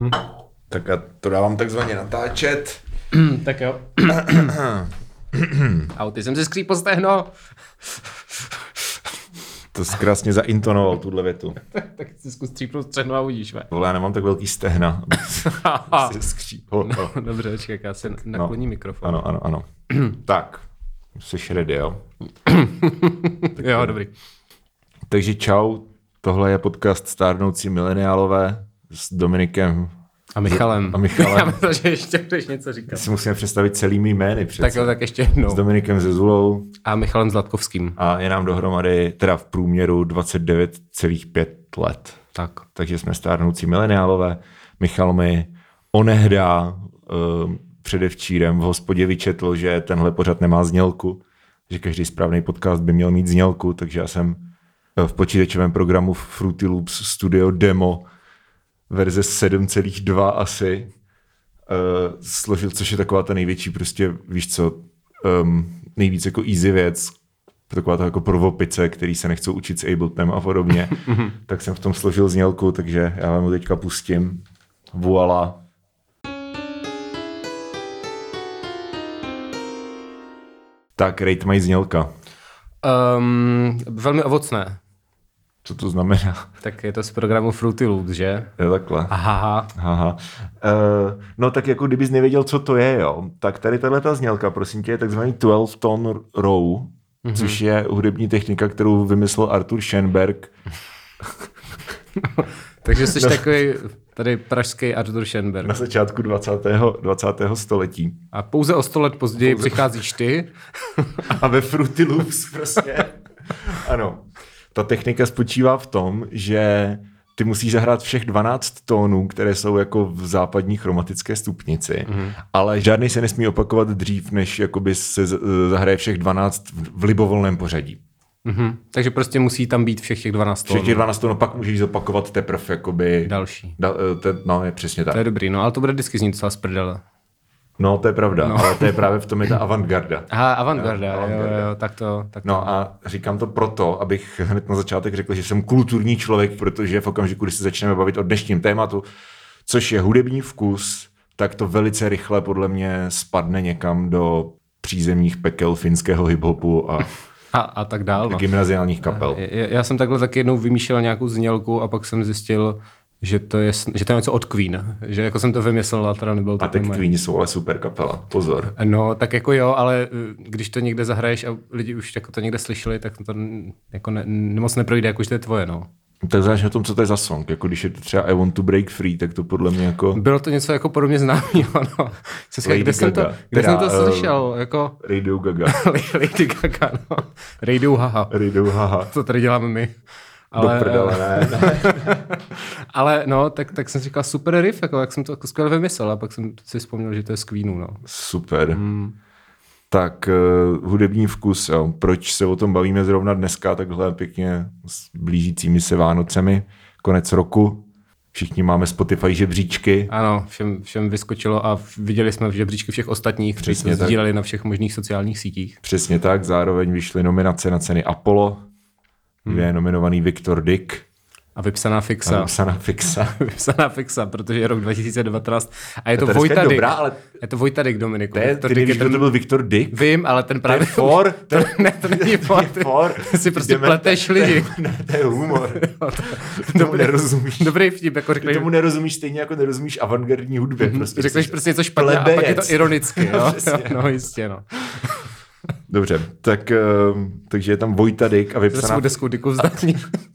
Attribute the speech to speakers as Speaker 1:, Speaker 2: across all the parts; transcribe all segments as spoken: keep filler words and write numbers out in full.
Speaker 1: Hm. Tak já to dávám takzvaně natáčet.
Speaker 2: Tak jo. Auty jsem si skřípl stehno.
Speaker 1: To jsi krásně zaintonoval, tuhle větu.
Speaker 2: Tak si zkus střípnout stehno a uvidíš, ve.
Speaker 1: Vole, já nemám tak velký stehna, aby si skřípl.
Speaker 2: No, dobře, čekaj, já se nakloním no, mikrofon.
Speaker 1: Ano, ano, ano. Tak, jsi ready, jo?
Speaker 2: Jo, jo, dobrý.
Speaker 1: Takže čau, tohle je podcast Stárnoucí mileniálové s Dominikem
Speaker 2: a Michalem.
Speaker 1: A Michalem.
Speaker 2: Já myslím, že ještě budeš něco říkat.
Speaker 1: Si musíme představit celými jmény přece.
Speaker 2: Tak jo, tak ještě jednou.
Speaker 1: S Dominikem Zezulou.
Speaker 2: A Michalem Zlatkovským.
Speaker 1: A je nám dohromady, teda v průměru dvacet devět celá pět let.
Speaker 2: Tak.
Speaker 1: Takže jsme stárnoucí mileniálové. Michal mi onehdá uh, předevčírem v hospodě vyčetl, že tenhle pořad nemá znělku, že každý správný podcast by měl mít znělku, takže já jsem v počítačovém programu Fruity Loops Studio Demo verze sedm celá dva asi uh, složil, což je taková ta největší prostě, víš co, um, nejvíc jako easy věc, taková ta jako prvopice, který se nechcou učit s Abletonem a podobně, tak jsem v tom složil znělku, takže já vám ho teďka pustím. Voila. Tak, rate mají znělka.
Speaker 2: Um, velmi ovocné.
Speaker 1: Co to znamená?
Speaker 2: Tak je to z programu Fruity Loops, že?
Speaker 1: Je takhle.
Speaker 2: Aha.
Speaker 1: Aha. Uh, no tak jako kdybys nevěděl, co to je, jo, tak tady tato znělka, prosím tě, je takzvaný twelve tone row, mm-hmm. což je hudební technika, kterou vymyslel Artur Schoenberg.
Speaker 2: Takže jsi no. takový tady pražský Artur Schoenberg.
Speaker 1: Na začátku dvacátého dvacátého století.
Speaker 2: A pouze o sto let později pouze... přicházíš ty.
Speaker 1: A ve Fruity Loops prostě. Ano. Ta technika spočívá v tom, že ty musíš zahrát všech dvanáct tónů, které jsou jako v západní chromatické stupnici, mm. ale žádný se nesmí opakovat dřív, než jakoby se zahraje všech dvanáct v libovolném pořadí.
Speaker 2: Mm-hmm. Takže prostě musí tam být všech těch dvanáct tónů.
Speaker 1: Všech těch dvanáct tónů, pak můžeš zopakovat teprve jakoby...
Speaker 2: Další.
Speaker 1: Da, te, no, je přesně tak.
Speaker 2: To je dobrý, no ale to bude vždycky znít docela z prdele.
Speaker 1: No, to je pravda, no. Ale to je právě v tom je ta avantgarda.
Speaker 2: Aha, avantgarda, jo, jo, jo, tak to, tak to.
Speaker 1: No a říkám to proto, abych hned na začátek řekl, že jsem kulturní člověk, protože v okamžiku, kdy se začneme bavit o dnešním tématu, což je hudební vkus, tak to velice rychle podle mě spadne někam do přízemních pekel finského hiphopu a,
Speaker 2: a, a tak dál. No.
Speaker 1: Gymnaziálních kapel.
Speaker 2: Já, já jsem takhle taky jednou vymýšlel nějakou znělku a pak jsem zjistil, že to je, že to je něco od Queen, že jako jsem to vymyslel a teda nebyl to.
Speaker 1: A tak Queen jsou ale super kapela, pozor.
Speaker 2: No, tak jako jo, ale když to někde zahraješ a lidi už jako to někde slyšeli, tak to jako ne, moc neprojde, jako že to je tvoje, no.
Speaker 1: Tak záleží na tom, co to je za song, jako když je to třeba I Want to Break Free, tak to podle mě jako...
Speaker 2: Bylo to něco jako podobně známého, no. Kde Gaga. jsem to, kde teda, jsem to slyšel, uh, jako...
Speaker 1: Radio Gaga.
Speaker 2: Lady Gaga, no. Radio Haha.
Speaker 1: Radio Haha.
Speaker 2: To tady děláme my. Ale,
Speaker 1: do prdele, ne, ne.
Speaker 2: Ale no, tak, tak jsem říkal super riff, jako, jak jsem to jako skvěle vymyslel a pak jsem si vzpomněl, že to je z Queenu, no.
Speaker 1: Super. Hmm. Tak uh, hudební vkus, jo. Proč se o tom bavíme zrovna dneska, takhle pěkně s blížícími se Vánocemi, konec roku. Všichni máme Spotify žebříčky.
Speaker 2: Ano, všem, všem vyskočilo a viděli jsme v žebříčky všech ostatních, kteří jsme sdíleli na všech možných sociálních sítích.
Speaker 1: Přesně tak, zároveň vyšly nominace na ceny Apollo, hmm. kde je nominovaný Viktor Dyk.
Speaker 2: A vypsaná fixa.
Speaker 1: A vypsaná fixa.
Speaker 2: vypsaná fixa, protože je rok dva tisíce devatenáct. A je to, to Vojta Dyk. Ale... Je to Vojta Dyk, Dominiku.
Speaker 1: To je, ty nevíš, kdo ten... to byl Viktor Dyk?
Speaker 2: Vím, ale ten právě...
Speaker 1: To je for.
Speaker 2: To, ne, to není for. Ty,
Speaker 1: for.
Speaker 2: Ty si prostě Jdeme, pleteš lidi.
Speaker 1: Ne, to je humor. Tomu nerozumíš.
Speaker 2: Dobrý vtip, jako řekneš.
Speaker 1: Tomu nerozumíš stejně, jako nerozumíš avantgardní hudbě.
Speaker 2: Mm-hmm.
Speaker 1: Prostě
Speaker 2: řekneš prostě něco špatně a pak je to ironicky. Jo? No jistě, no.
Speaker 1: Dobře, tak, uh, takže je tam Vojta Dyk a vypsaná...
Speaker 2: Za svou desku Dyku vzdání.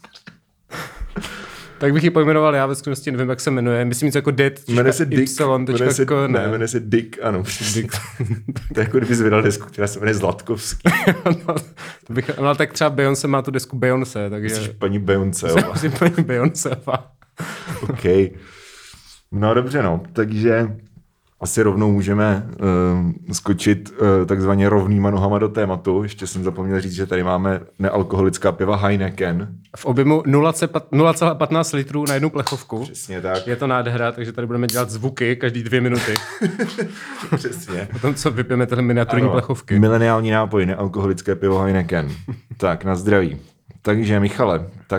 Speaker 2: Tak bych ji pojmenoval, já ve skutečnosti nevím, jak se jmenuje. Myslím něco jako Dead.
Speaker 1: Jmenuje se Dick. Jmenuje se,
Speaker 2: jako,
Speaker 1: ne, jmenuje se Dick, ano. Dick. To je jako kdybys vydal desku, která se jmenuje Zlatkovský.
Speaker 2: no, bych, no, tak třeba Beyoncé má tu desku Beyoncé. Takže...
Speaker 1: Jsi paní Beyoncéová.
Speaker 2: Jsi paní Beyoncéová.
Speaker 1: OK. No dobře, no. Takže asi rovnou můžeme uh, skočit uh, takzvaně rovnýma nohama do tématu. Ještě jsem zapomněl říct, že tady máme nealkoholická piva Heineken.
Speaker 2: V objemu nula celá patnáct litrů na jednu plechovku.
Speaker 1: Přesně tak.
Speaker 2: Je to nádhera, takže tady budeme dělat zvuky každý dvě minuty.
Speaker 1: Přesně.
Speaker 2: Potom, co vypijeme tyhle miniaturní ano, plechovky.
Speaker 1: Mileniální nápoj, nealkoholické pivo Heineken. Tak, na zdraví. Takže Michale, tak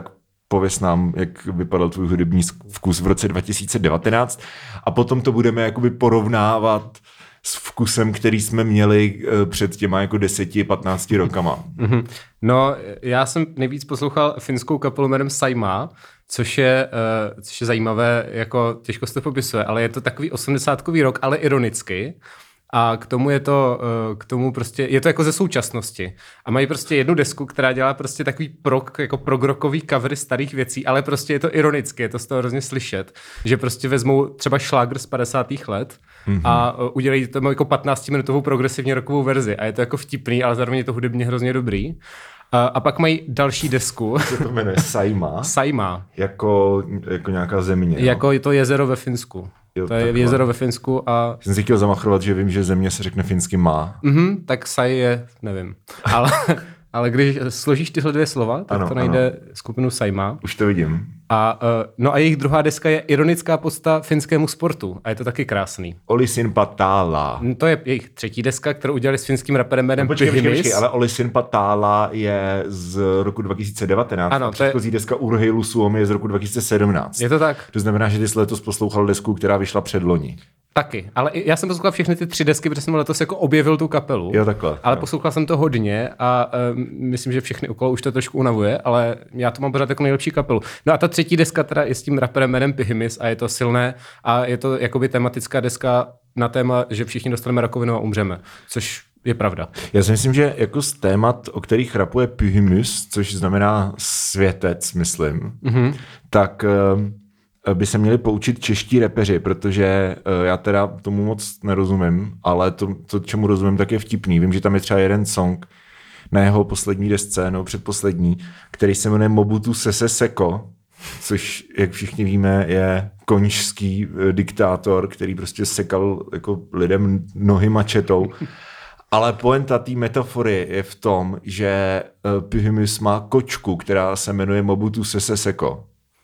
Speaker 1: pověs nám, jak vypadal tvůj hudební vkus v roce dva tisíce devatenáct a potom to budeme jakoby porovnávat s vkusem, který jsme měli před těma jako deseti, patnácti rokama.
Speaker 2: Mm-hmm. No, já jsem nejvíc poslouchal finskou kapelu jménem Saimaa, což je, uh, což je zajímavé, jako těžko se to popisuje, ale je to takový osmdesátkový rock, ale ironicky. A k tomu je to, k tomu prostě, je to jako ze současnosti. A mají prostě jednu desku, která dělá prostě takový prog, jako progrokový covery starých věcí, ale prostě je to ironické, je to z toho hrozně slyšet, že prostě vezmou třeba šlágr z padesátých let mm-hmm. a udělají to jako patnáctiminutovou progresivně rockovou verzi. A je to jako vtipný, ale zároveň je to hudebně hrozně dobrý. A, a pak mají další desku.
Speaker 1: Co to jmenuje? Saimaa?
Speaker 2: Saimaa.
Speaker 1: Jako, jako nějaká země.
Speaker 2: Jako je to jezero ve Finsku.
Speaker 1: Jo,
Speaker 2: to je
Speaker 1: takhle.
Speaker 2: jezero ve Finsku a...
Speaker 1: Jsem si chtěl zamachrovat, že vím, že země se řekne finsky má.
Speaker 2: Mhm, tak Sai je, nevím. Ale, ale když složíš tyhle dvě slova, tak
Speaker 1: ano,
Speaker 2: to najde
Speaker 1: ano.
Speaker 2: skupinu Saimaa.
Speaker 1: Už to vidím.
Speaker 2: A, no a jejich druhá deska je ironická podsta finskému sportu. A je to taky krásný.
Speaker 1: Olisin Patala.
Speaker 2: To je jejich třetí deska, kterou udělali s finským raperem jménem
Speaker 1: no, počkej, počkej,
Speaker 2: Pyhimis.
Speaker 1: počkej, ale Olisin Patala je z roku dva tisíce devatenáct.
Speaker 2: Ano,
Speaker 1: a předchozí je... deska Urheilu Suomi je z roku dva tisíce sedmnáct.
Speaker 2: Je to tak?
Speaker 1: To znamená, že ty jsi letos poslouchal desku, která vyšla před loni.
Speaker 2: Taky, ale já jsem poslouchal všechny ty tři desky, protože jsem letos jako objevil tu kapelu.
Speaker 1: Jo, takhle.
Speaker 2: Ale
Speaker 1: jo.
Speaker 2: poslouchal jsem to hodně a um, myslím, že všechny okolo už to trošku unavuje, ale já to mám pořád jako nejlepší kapelu. No a ta třetí deska teda je s tím raperem jménem Pyhimis a je to silné a je to jakoby tematická deska na téma, že všichni dostaneme rakovinu a umřeme, což je pravda.
Speaker 1: Já si myslím, že jako z témat, o kterých rapuje Pyhimis, což znamená světec, myslím, mm-hmm. tak... Um, by se měli poučit čeští repeři, protože uh, já teda tomu moc nerozumím, ale to, to, čemu rozumím, tak je vtipný. Vím, že tam je třeba jeden song na jeho poslední desce, no předposlední, který se jmenuje Mobutu Sese Seko, což, jak všichni víme, je konžský uh, diktátor, který prostě sekal jako lidem nohy mačetou. Ale poenta té metafory je v tom, že uh, Pyhimis má kočku, která se jmenuje Mobutu Sese Seko.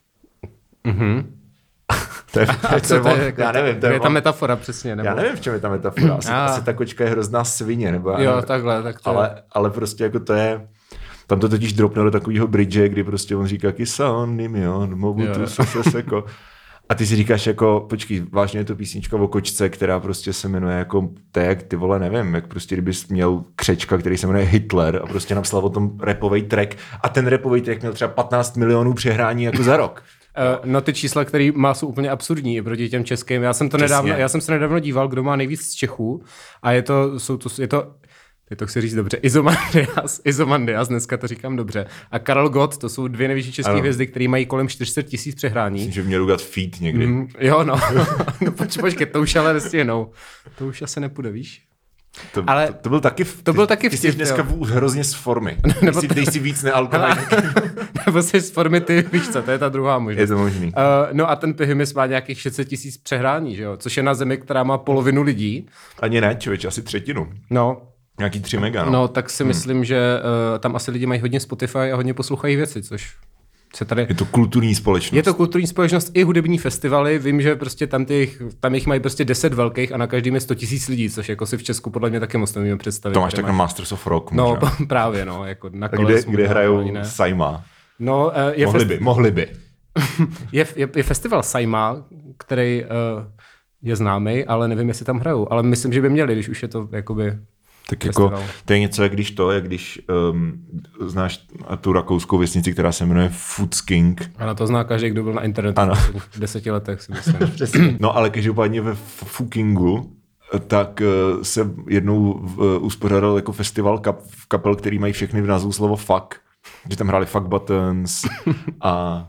Speaker 2: Mhm.
Speaker 1: To je,
Speaker 2: a co to je?
Speaker 1: Já nevím. To je,
Speaker 2: je ta metafora přesně. Nebo?
Speaker 1: Já nevím, v čem je ta metafora. Asi, asi ta kočka je hrozná svině. Nebo já
Speaker 2: jo,
Speaker 1: nevím.
Speaker 2: takhle. Tak to
Speaker 1: ale,
Speaker 2: je.
Speaker 1: ale prostě jako to je... Tam to totiž dropne do takového bridge, kdy prostě on říká Kisan, Nimion, Mobutu, Seseko. A ty si říkáš jako, počkej, vážně je to písnička o kočce, která prostě se jmenuje jako, to je jak ty vole, nevím, jak prostě kdybys měl křečka, který se jmenuje Hitler a prostě napsal o tom rapovej track a ten rapovej track měl třeba patnáct milionů přehrání jako za rok.
Speaker 2: Uh, no ty čísla, které má, jsou úplně absurdní proti těm českým. Já jsem to nedávno, já jsem se nedávno díval, kdo má nejvíc z Čechů a je to, jsou to, je to, je to chci říct dobře, Izomandias, Izomandias, dneska to říkám dobře, a Karel Gott, to jsou dvě největší české hvězdy, které mají kolem čtyři sta tisíc přehrání.
Speaker 1: Myslím, že měl udělat feat někdy.
Speaker 2: Mm, jo, no. no počkej, počkej, to už ale nestihnou. To už asi nepůjde, víš?
Speaker 1: To,
Speaker 2: ale
Speaker 1: to, to byl taky
Speaker 2: v, to byl taky
Speaker 1: ty
Speaker 2: vtip,
Speaker 1: jsi dneska
Speaker 2: jo.
Speaker 1: hrozně z formy.
Speaker 2: Nebo
Speaker 1: dej, si, dej si víc nealkoholiky.
Speaker 2: Nebo jsi z formy ty, víš co, to je ta druhá možnost.
Speaker 1: Je to možný.
Speaker 2: Uh, no a ten Pyhimis má nějakých šest set tisíc přehrání, že jo? Což je na zemi, která má polovinu lidí.
Speaker 1: Ani ne, člověč, asi třetinu.
Speaker 2: No.
Speaker 1: Nějaký tři mega, no.
Speaker 2: No, tak si hmm. myslím, že uh, tam asi lidi mají hodně Spotify a hodně poslouchají věci, což se tady...
Speaker 1: Je to kulturní společnost.
Speaker 2: Je to kulturní společnost i hudební festivaly. Vím, že prostě tam, těch, tam jich mají prostě deset velkých a na každým je sto tisíc lidí, což jako si v Česku podle mě taky moc nevíme představit.
Speaker 1: To máš tak na Masters of Rock.
Speaker 2: No, právě, no. Jako na
Speaker 1: kde, kde hrajou Saimaa?
Speaker 2: No, uh, je
Speaker 1: mohli
Speaker 2: festi-
Speaker 1: by, mohli by.
Speaker 2: je, je, je festival Saimaa, který uh, je známý, ale nevím, jestli tam hrajou. Ale myslím, že by měli, když už je to jakoby...
Speaker 1: Tak jako, to je něco, jak když to, jak když um, znáš tu rakouskou vesnici, která se jmenuje Futsking.
Speaker 2: Ano, to zná každý, kdo byl na internetu ano. v deseti letech, si myslím.
Speaker 1: No, ale každopádně ve Fukingu tak uh, se jednou uh, uspořádal jako festival kap, kapel, který mají všechny v názvu slovo fuck. Že tam hráli Fuck Buttons a,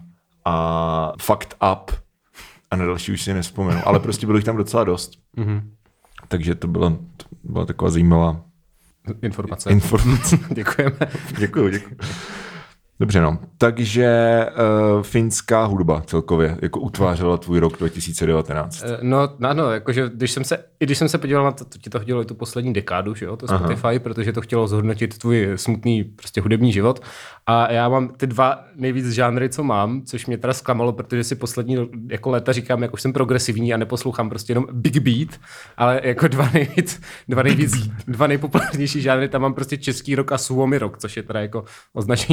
Speaker 1: a Fucked Up a na další už si nevzpomenu. Ale prostě bylo jich tam docela dost. Mm-hmm. Takže to byla, to byla taková zajímavá
Speaker 2: informace.
Speaker 1: informace.
Speaker 2: Děkujeme.
Speaker 1: Děkuju, děkuju. Dobře, no. Takže uh, finská hudba celkově jako utvářela tvůj rok dva tisíce devatenáct.
Speaker 2: No, no, jakože když jsem se, i když jsem se podíval na to, to ti to hodilo i tu poslední dekádu, že jo, to Spotify, Aha. protože to chtělo zhodnotit tvůj smutný prostě hudební život. A já mám ty dva nejvíc žánry, co mám, což mě teda zklamalo, protože si poslední jako léta říkám, jako jsem progresivní a neposlouchám prostě jenom big beat, ale jako dva nejvíc, dva nejvíc, dva nejpopulárnější žánry, tam mám prostě český rock a suomi rock, což je teda jako označení pro finský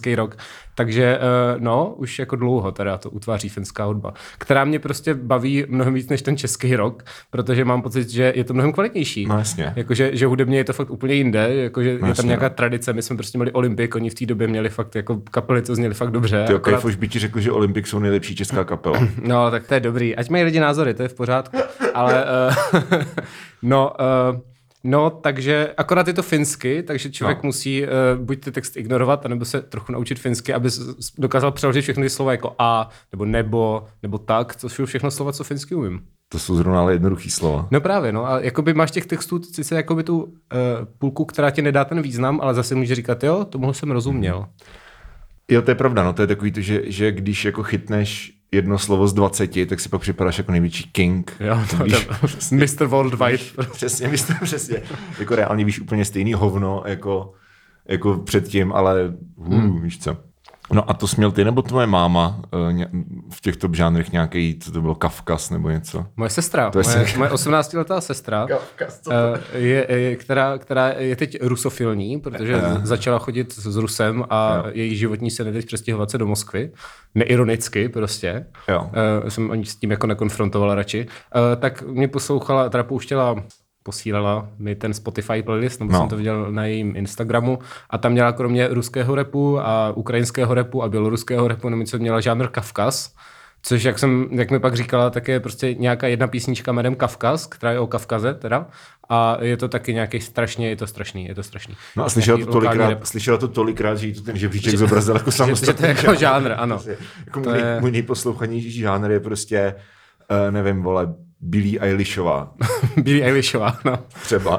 Speaker 2: finský rock. Takže no, už jako dlouho teda to utváří finská hudba, která mě prostě baví mnohem víc než ten český rock, protože mám pocit, že je to mnohem kvalitnější.
Speaker 1: No jasně.
Speaker 2: Jakože, že hudebně je to fakt úplně jinde, jakože
Speaker 1: no,
Speaker 2: je tam nějaká tradice, my jsme prostě měli Olympik, oni v té době měli fakt jako kapely, to zněli fakt dobře.
Speaker 1: Ty akorát... už by ti řekl, že Olympik jsou nejlepší česká kapela.
Speaker 2: No, tak to je dobrý. Ať mají lidi názory, to je v pořádku. Ale uh, no, uh, no, takže akorát je to finsky, takže člověk no. musí uh, buď ty text ignorovat, anebo se trochu naučit finsky, aby dokázal přeložit všechny ty slova jako a, nebo nebo, nebo tak, to jsou všechno slova, co finsky umím.
Speaker 1: To jsou zrovna ale jednoduchý slova.
Speaker 2: No právě, no. A jakoby máš těch textů sice jakoby tu uh, půlku, která ti nedá ten význam, ale zase může říkat, jo, tomu jsem rozuměl.
Speaker 1: Jo, to je pravda, no, to je takový to, že, že když jako chytneš jedno slovo z dvaceti, tak si pak připadáš jako největší king.
Speaker 2: Jo, to, víš, to, mister Worldwide.
Speaker 1: Přesně, mister, přesně. Jako reálně víš úplně stejný hovno, jako, jako předtím, ale uh, hmm. víš co. No a to směl ty nebo tvoje máma v těchto žánrech nějaký, co to bylo, Kafkas nebo něco?
Speaker 2: Moje sestra, to moje, moje osmnáctiletá sestra, Kafkas, co to? Je, je, která, která je teď rusofilní, protože je. začala chodit s Rusem a je. její životní sen je teď přestěhovat se do Moskvy. Neironicky prostě. Jo. Uh, jsem ani s tím jako nekonfrontovala radši. Uh, tak mě poslouchala, teda pouštěla posílala mi ten Spotify playlist, nebo no. jsem to viděl na jejím Instagramu a tam měla kromě ruského rapu a ukrajinského rapu a běloruského rapu, nebo co měla žánr Kafkas, což jak jsem, jak mi pak říkala, tak je prostě nějaká jedna písnička jménem Kafkas, která je o Kavkaze teda a je to taky nějaký strašně, je to strašný, je to strašný.
Speaker 1: No a slyšela to tolikrát, slyšela to tolikrát, že jí to ten žebříček že, zobrazil jako samostatný.
Speaker 2: Že to je jako žánr, ano.
Speaker 1: Jako můj, je... můj nejposlouchanější žánr je prostě, uh, nevím, vole, Billie Eilishová.
Speaker 2: Billie Eilishová, no.
Speaker 1: Třeba.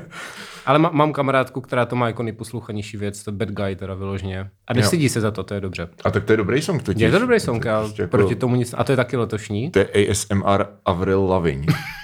Speaker 2: Ale má, mám kamarádku, která to má jako nejposlouchanější věc, to Bad Guy teda vyloženě. A nestydí se za to, to je dobře.
Speaker 1: A tak to je dobrý song totiž.
Speaker 2: Je to dobrý song, já jako... proti tomu nic. A to je taky letošní.
Speaker 1: To je A S M R Avril Lavigne.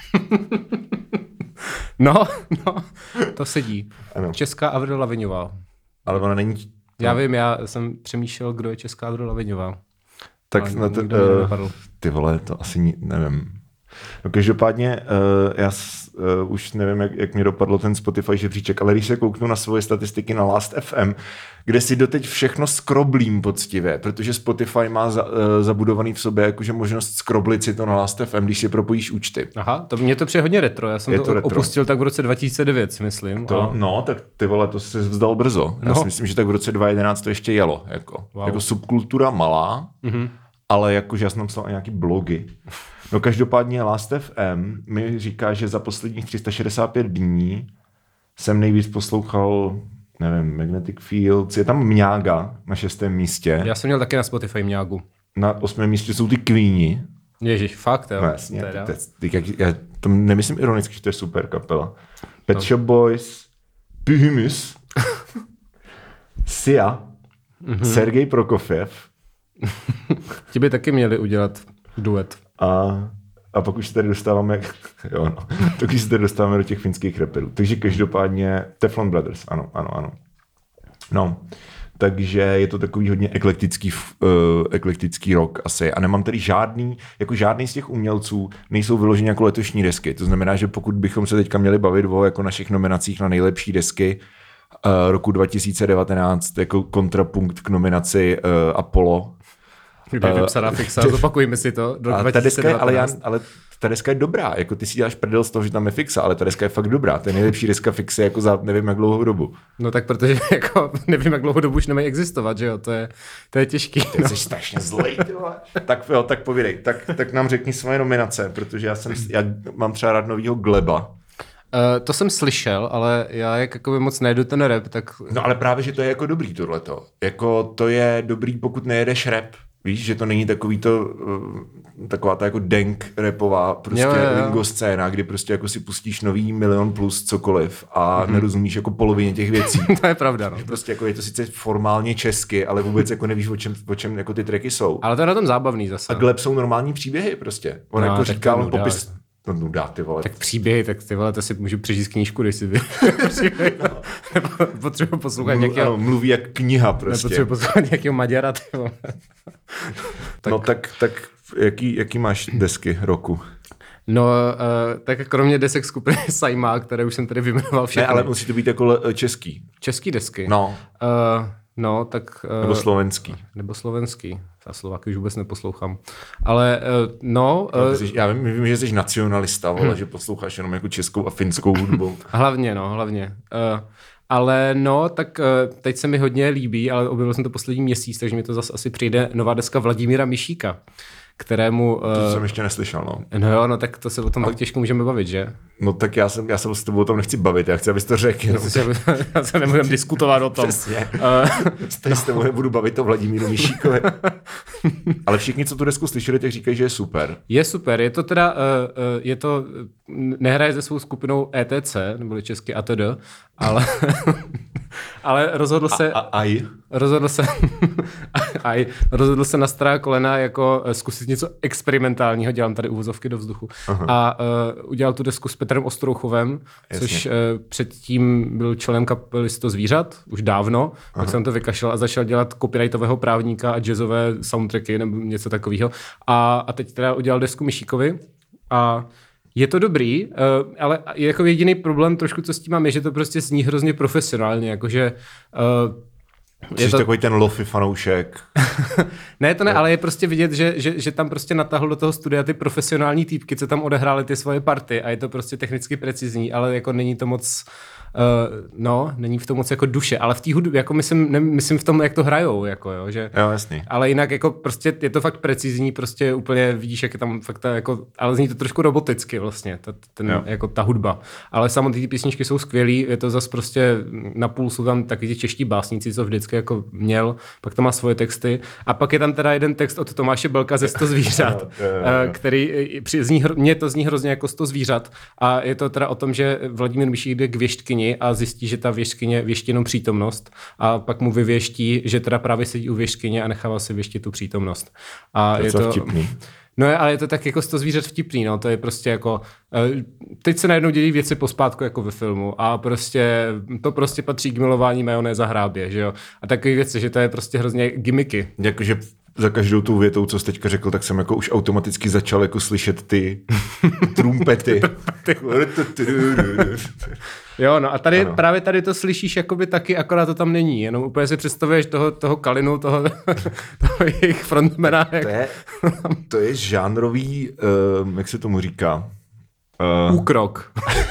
Speaker 2: no, no, to sedí. Ano. Česká Avril Lavignová.
Speaker 1: Ale ona není...
Speaker 2: Já vím, já jsem přemýšlel, kdo je česká Avril Lavignová.
Speaker 1: Tak na to, uh, ty vole, to asi nevím. No každopádně, uh, já uh, už nevím, jak, jak mě dopadlo ten Spotify žebříček, ale když se kouknu na svoje statistiky na Last F M, kde si doteď všechno skroblím poctivě, protože Spotify má za, uh, zabudovaný v sobě jakože možnost skroblit si to na Last F M, když si propojíš účty.
Speaker 2: Aha, to mě to přijde hodně retro, já jsem Je to, to opustil tak v roce dva tisíce devět, si myslím.
Speaker 1: To,
Speaker 2: a...
Speaker 1: No, tak ty vole, to jsi vzdal brzo. Já no. si myslím, že tak v roce dva tisíce jedenáct to ještě jelo. Jako, wow. jako subkultura malá, mm-hmm. ale jakože já jsem tam psal nějaký blogy. No každopádně Last F M mi říká, že za posledních tři sta šedesát pět dní jsem nejvíc poslouchal, nevím, Magnetic Fields, je tam Mňága na šestém místě.
Speaker 2: Já jsem měl taky na Spotify Mňágu.
Speaker 1: Na osmém místě jsou ty Queeni.
Speaker 2: Ježiš, fakt, jo.
Speaker 1: No jasně, to, to, to, já to nemyslím ironicky, že to je super kapela. Pet no. Shop Boys, Pyhymus, Sia, mm-hmm. Sergej Prokofiev.
Speaker 2: Ti by taky měli udělat duet.
Speaker 1: A, a pak už se tady dostáváme, jo no, tak už se tady dostáváme do těch finských raperů. Takže každopádně Teflon Brothers, ano, ano, ano. No, takže je to takový hodně eklektický, uh, eklektický rock asi. A nemám tady žádný, jako žádný z těch umělců nejsou vyloženi jako letošní desky. To znamená, že pokud bychom se teďka měli bavit o jako našich nominacích na nejlepší desky uh, roku dva tisíce devatenáct, jako kontrapunkt k nominaci uh, Apollo,
Speaker 2: kde je vypsaná fixa, zopakujeme si to. Do
Speaker 1: ta deska je, ale, já, ale ta deska je dobrá, jako ty si děláš prdel z toho, že tam je fixa, ale ta deska je fakt dobrá. To je nejlepší deska fixe jako za nevím jak dlouhou dobu.
Speaker 2: No tak protože jako nevím jak dlouhou dobu už nemají existovat, že jo, to je, to je těžký.
Speaker 1: Ty no. jsi strašně zlej, ty vole. Tak jo, tak povídej, tak, tak nám řekni svoje nominace, protože já, jsem, já mám třeba rád novýho Gleba.
Speaker 2: Uh, to jsem slyšel, ale já jak jako moc nejdu ten rap, tak...
Speaker 1: No ale právě, že to je jako dobrý tohleto. Jako to je dobrý, pokud nejedeš rap. Víš, že to není takový to, taková ta jako dank rapová prostě jo, jo, jo. lingo scéna, kdy prostě jako si pustíš nový Milion plus cokoliv a mm-hmm. nerozumíš jako polovině těch věcí.
Speaker 2: To je pravda, no.
Speaker 1: Prostě jako je to sice formálně česky, ale vůbec jako nevíš, o čem, o čem jako ty tracky jsou.
Speaker 2: Ale to je na tom zábavný zase.
Speaker 1: A Gleb jsou normální příběhy prostě. On no, jako říká, on popis... No nuda, ty vole.
Speaker 2: Tak příběhy, tak ty vole, to si můžu přečíst knížku, když si vy... no. Potřebuji poslouchat nějakého...
Speaker 1: Ano, mluví jak kniha prostě.
Speaker 2: Potřebuji poslouchat nějakého Maďara, ty vole.
Speaker 1: tak... No tak, tak jaký, jaký máš desky roku?
Speaker 2: No, uh, tak kromě desek skupiny Sajma, které už jsem tady vyjmenoval všechny.
Speaker 1: Ne, ale musí to být jako český.
Speaker 2: Český desky?
Speaker 1: No.
Speaker 2: Uh, No, tak...
Speaker 1: Nebo slovenský.
Speaker 2: Nebo slovenský. Já Slováky už vůbec neposlouchám. Ale no...
Speaker 1: no jsi, já vím, vím, že jsi nacionalista, vole, hmm. že posloucháš jenom jako českou a finskou hudbu.
Speaker 2: Hlavně, no, hlavně. Uh, ale no, tak uh, teď se mi hodně líbí, ale objevil jsem to poslední měsíc, takže mi to zase asi přijde nová deska Vladimíra Mišíka, kterému... Uh,
Speaker 1: to jsem ještě neslyšel, no.
Speaker 2: No jo, no tak to se o tom tak těžko můžeme bavit, že?
Speaker 1: No tak já, jsem, já se s tebou o tom nechci bavit, já chci, abys to řekl.
Speaker 2: Jenom. Já se nebudem diskutovat o tom.
Speaker 1: Přesně. Uh, no. S tebou nebudu bavit o Vladimíru Mišíkovi. Ale všichni, co tu desku slyšeli, tak říkají, že je super.
Speaker 2: Je super, je to teda, uh, uh, je to, nehraje se svou skupinou E T C, nebo česky A T D, ale, ale rozhodl se...
Speaker 1: A, a, aj.
Speaker 2: Rozhodl se, aj, rozhodl se na stará kolena jako zkusit něco experimentálního, dělám tady uvozovky do vzduchu. Aha. A uh, udělal tu desku s Petrem Ostrouchovem, Jasně. což uh, předtím byl členem kapely sto zvířat, už dávno, Aha. tak jsem to vykašlal a začal dělat copyrightového právníka a jazzové soundtracky nebo něco takového. A, a teď teda udělal desku Mišíkovi a je to dobrý, uh, ale jako jediný problém trošku, co s tím mám, je, že to prostě zní hrozně profesionálně, jakože uh,
Speaker 1: Jsi to... takový ten lofi fanoušek.
Speaker 2: Ne, to ne, ale je prostě vidět, že, že, že tam prostě natáhl do toho studia ty profesionální týpky, co tam odehráli ty svoje party a je to prostě technicky precizní, ale jako není to moc, uh, no, není v tom moc jako duše, ale v té hudbě, jako myslím, ne, myslím v tom, jak to hrajou, jako jo, že.
Speaker 1: Jo, jasný.
Speaker 2: Ale jinak jako prostě je to fakt precizní, prostě úplně vidíš, jak je tam fakt ta, jako, ale zní to trošku roboticky vlastně, ta, ten, jako ta hudba. Ale samotné ty písničky jsou skvělý, je to zas prostě na půl jsou tam taky ti čeští básníci, co vždycky jako měl, pak to má svoje texty a pak je tam teda jeden text od Tomáše Belka ze sto zvířat, který při, zní, mě to zní hrozně jako sto zvířat a je to teda o tom, že Vladimír Mišík jde k věštkyni a zjistí, že ta věštkyně věští jenom přítomnost a pak mu vyvěští, že teda právě sedí u věštkyně a nechává si věštit tu přítomnost. A
Speaker 1: to je,
Speaker 2: je
Speaker 1: to
Speaker 2: to
Speaker 1: vtipný.
Speaker 2: No ale je to tak jako sto zvířat vtipný, no, to je prostě jako, teď se najednou dělí věci pospátku jako ve filmu a prostě, to prostě patří k milování majonéza hrábě, že jo, a takové věci, že to je prostě hrozně gimmicky.
Speaker 1: Jakože za každou tou větou, co jsi teďka řekl, tak jsem jako už automaticky začal jako slyšet ty trumpety.
Speaker 2: Jo, no a tady ano. právě tady to slyšíš jakoby taky, akorát to tam není, jenom úplně si představuješ toho, toho Kalinu, toho, toho jejich frontmana. Jak...
Speaker 1: To, je, to je žánrový, uh, jak se tomu říká?
Speaker 2: Uh... Úkrok.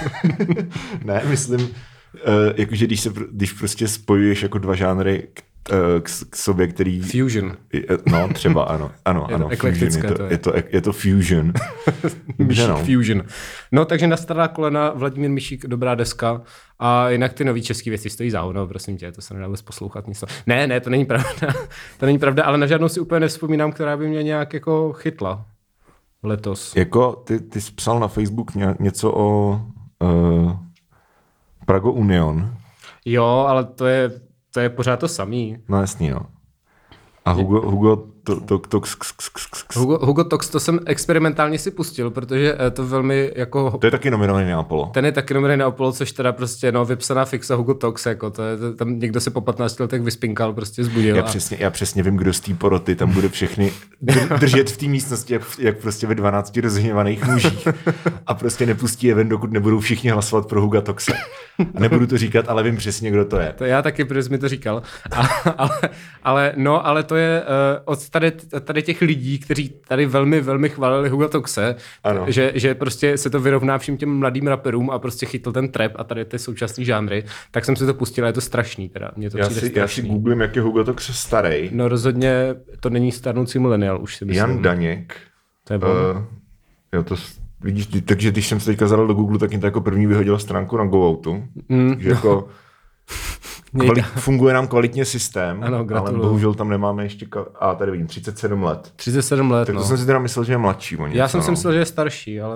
Speaker 1: Ne, myslím, uh, jakože když, se, když prostě spojuješ jako dva žánry k, k, k sobě, který...
Speaker 2: Fusion.
Speaker 1: No, třeba ano. ano,
Speaker 2: je
Speaker 1: ano
Speaker 2: to fusion, je, to,
Speaker 1: to je. Je, to, je to fusion.
Speaker 2: Mišík no. Fusion. No, takže na stará kolena Vladimír Mišík, dobrá deska. A jinak ty nový české věci stojí za hovno, prosím tě, to se nedá vůbec poslouchat nic. Ne, ne, to není pravda. To není pravda, ale na žádnou si úplně nevzpomínám, která by mě nějak jako chytla letos.
Speaker 1: Jako ty, ty jsi psal na Facebook ně, něco o uh, Prago Union.
Speaker 2: Jo, ale to je To je pořád to samý.
Speaker 1: No jasný, no. A Hugo, Hugo, to, to, to,
Speaker 2: Hugo, Hugo Tox, to jsem experimentálně si pustil, protože to velmi jako...
Speaker 1: To je taky nominovaný na Apollo.
Speaker 2: Ten je taky nominovaný na Apollo, což teda prostě, no, vypsaná fixa Hugo Tox, jako to je, to, tam někdo se po patnácti letech vyspinkal, prostě zbudil.
Speaker 1: Já,
Speaker 2: a...
Speaker 1: přesně, já přesně vím, kdo z té poroty tam bude všechny držet v té místnosti, jak, jak prostě ve dvanácti rozhněvaných mužích a prostě nepustí je ven, dokud nebudou všichni hlasovat pro Huga Toxe. A nebudu to říkat, ale vím přesně, kdo to je.
Speaker 2: To já taky, protože jsi mi to říkal. A, ale, ale, no, ale to je uh, od tady, tady těch lidí, kteří tady velmi, velmi chválili Huga Toxe, že, že prostě se to vyrovná všem těm mladým raperům a prostě chytl ten trap a tady ty současný žánry, tak jsem si to pustil a je to strašný. Teda. Mně to
Speaker 1: já, si,
Speaker 2: strašný.
Speaker 1: já si googlím, jak je Hugo Toxe starý.
Speaker 2: No rozhodně to není starnoucí milenial, už si myslím.
Speaker 1: Jan Daněk.
Speaker 2: To je uh,
Speaker 1: jo, to vidíš, takže když jsem se teďka zadal do Google, tak jim to jako první vyhodila stránku na GoOutu. Mm, takže no. jako kvalit, funguje nám kvalitně systém,
Speaker 2: ano,
Speaker 1: ale bohužel tam nemáme ještě, a tady vidím, třicet sedm let.
Speaker 2: třicet sedm let,
Speaker 1: tak to
Speaker 2: no.
Speaker 1: jsem si teda myslel, že je mladší. Něco,
Speaker 2: Já jsem si
Speaker 1: no.
Speaker 2: myslel, že je starší, ale...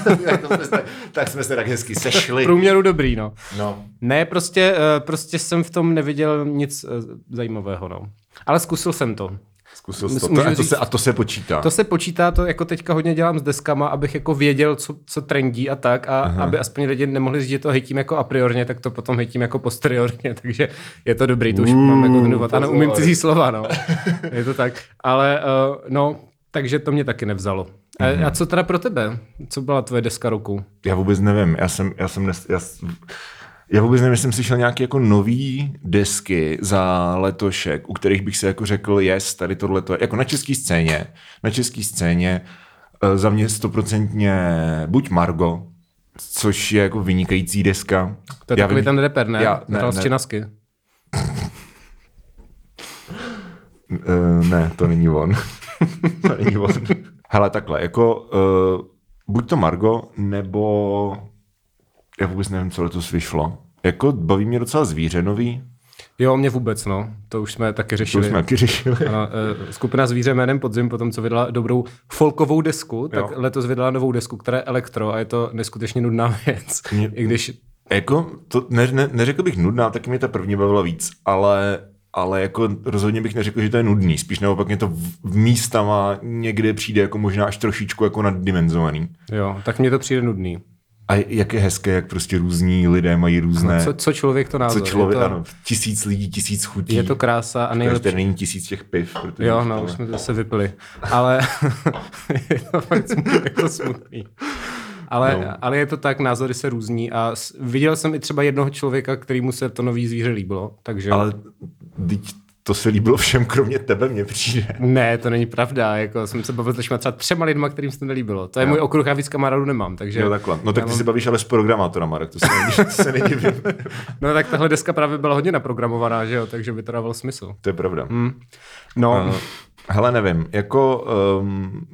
Speaker 1: Tak jsme se tak hezky sešli.
Speaker 2: Průměru dobrý, no.
Speaker 1: no.
Speaker 2: Ne, prostě, prostě jsem v tom neviděl nic zajímavého, no. Ale zkusil jsem to.
Speaker 1: Zkusil jsi to. to, a, to se, a to se počítá.
Speaker 2: To se počítá, to jako teďka hodně dělám s deskama, abych jako věděl, co, co trendí a tak, a Aha. aby aspoň lidi nemohli říct, že to hejtím jako a priorně, tak to potom hejtím jako posteriorně, takže je to dobrý, to už uh, mám jako trénovat. Ano, umím cizí slova, no. Je to tak. Ale uh, no, takže to mě taky nevzalo. A, a co teda pro tebe? Co byla tvoje deska roku?
Speaker 1: Já vůbec nevím. Já jsem, já jsem, nes, já, Já vůbec nevím, jestli jsem slyšel nějaké jako nový desky za letošek, u kterých bych si jako řekl, yes, tady tohleto, jako na české scéně, na české scéně uh, za mě stoprocentně buď Margo, což je jako vynikající deska.
Speaker 2: To je
Speaker 1: já
Speaker 2: takový
Speaker 1: vím,
Speaker 2: ten reper, ne?
Speaker 1: Já, ne,
Speaker 2: Hrál
Speaker 1: ne.
Speaker 2: z Činasky.
Speaker 1: Uh, ne, to není on. To není on. Hele, takhle, jako uh, buď to Margo, nebo já vůbec nevím, co letos vyšlo. Jako baví mě docela Zvířenový.
Speaker 2: Jo, mě vůbec, no. To už jsme taky
Speaker 1: To
Speaker 2: řešili.
Speaker 1: už jsme taky řešili.
Speaker 2: Ano, uh, skupina Zvíře jménem Podzim, potom co vydala dobrou folkovou desku, tak
Speaker 1: Jo.
Speaker 2: letos vydala novou desku, která je elektro a je to neskutečně nudná věc.
Speaker 1: Mě-
Speaker 2: I když
Speaker 1: Jako, to ne, ne, neřekl bych nudná, taky mě ta první bavila víc, ale, ale jako rozhodně bych neřekl, že to je nudný. Spíš naopak mě to v, v místama někde přijde jako možná až trošičku jako naddimenzovaný.
Speaker 2: jo, tak mně to přijde nudný.
Speaker 1: A jak je hezké, jak prostě různí lidé mají různé...
Speaker 2: Co, co člověk to
Speaker 1: co
Speaker 2: názor?
Speaker 1: člověk,
Speaker 2: je, to,
Speaker 1: ano, tisíc lidí, tisíc chutí.
Speaker 2: je to krása a
Speaker 1: Takže
Speaker 2: nejlepší.
Speaker 1: tady není tisíc těch piv. Protože
Speaker 2: Jo, no, už jsme to zase vypili. Ale je to fakt smutný, je to smutný. Ale,
Speaker 1: No.
Speaker 2: ale je to tak, názory se různí a s, viděl jsem i třeba jednoho člověka, kterýmu se to nový Zvíře líbilo, takže...
Speaker 1: Ale teď to se líbilo všem, kromě tebe, mně přijde.
Speaker 2: Ne, to není pravda, jako jsem se bavil s třeba třema lidma, kterým se to nelíbilo. To je
Speaker 1: Jo.
Speaker 2: můj okruh, já víc kamarádů nemám, takže...
Speaker 1: Jo, takhle. No tak
Speaker 2: já
Speaker 1: ty
Speaker 2: mám-
Speaker 1: se bavíš ale s programátorem, Marek, to se nedivím. To se nedivím.
Speaker 2: No tak tahle deska právě byla hodně naprogramovaná, že jo, takže by to dávalo smysl.
Speaker 1: To je pravda.
Speaker 2: Hm. No,
Speaker 1: Uh, hele, nevím, jako... Um,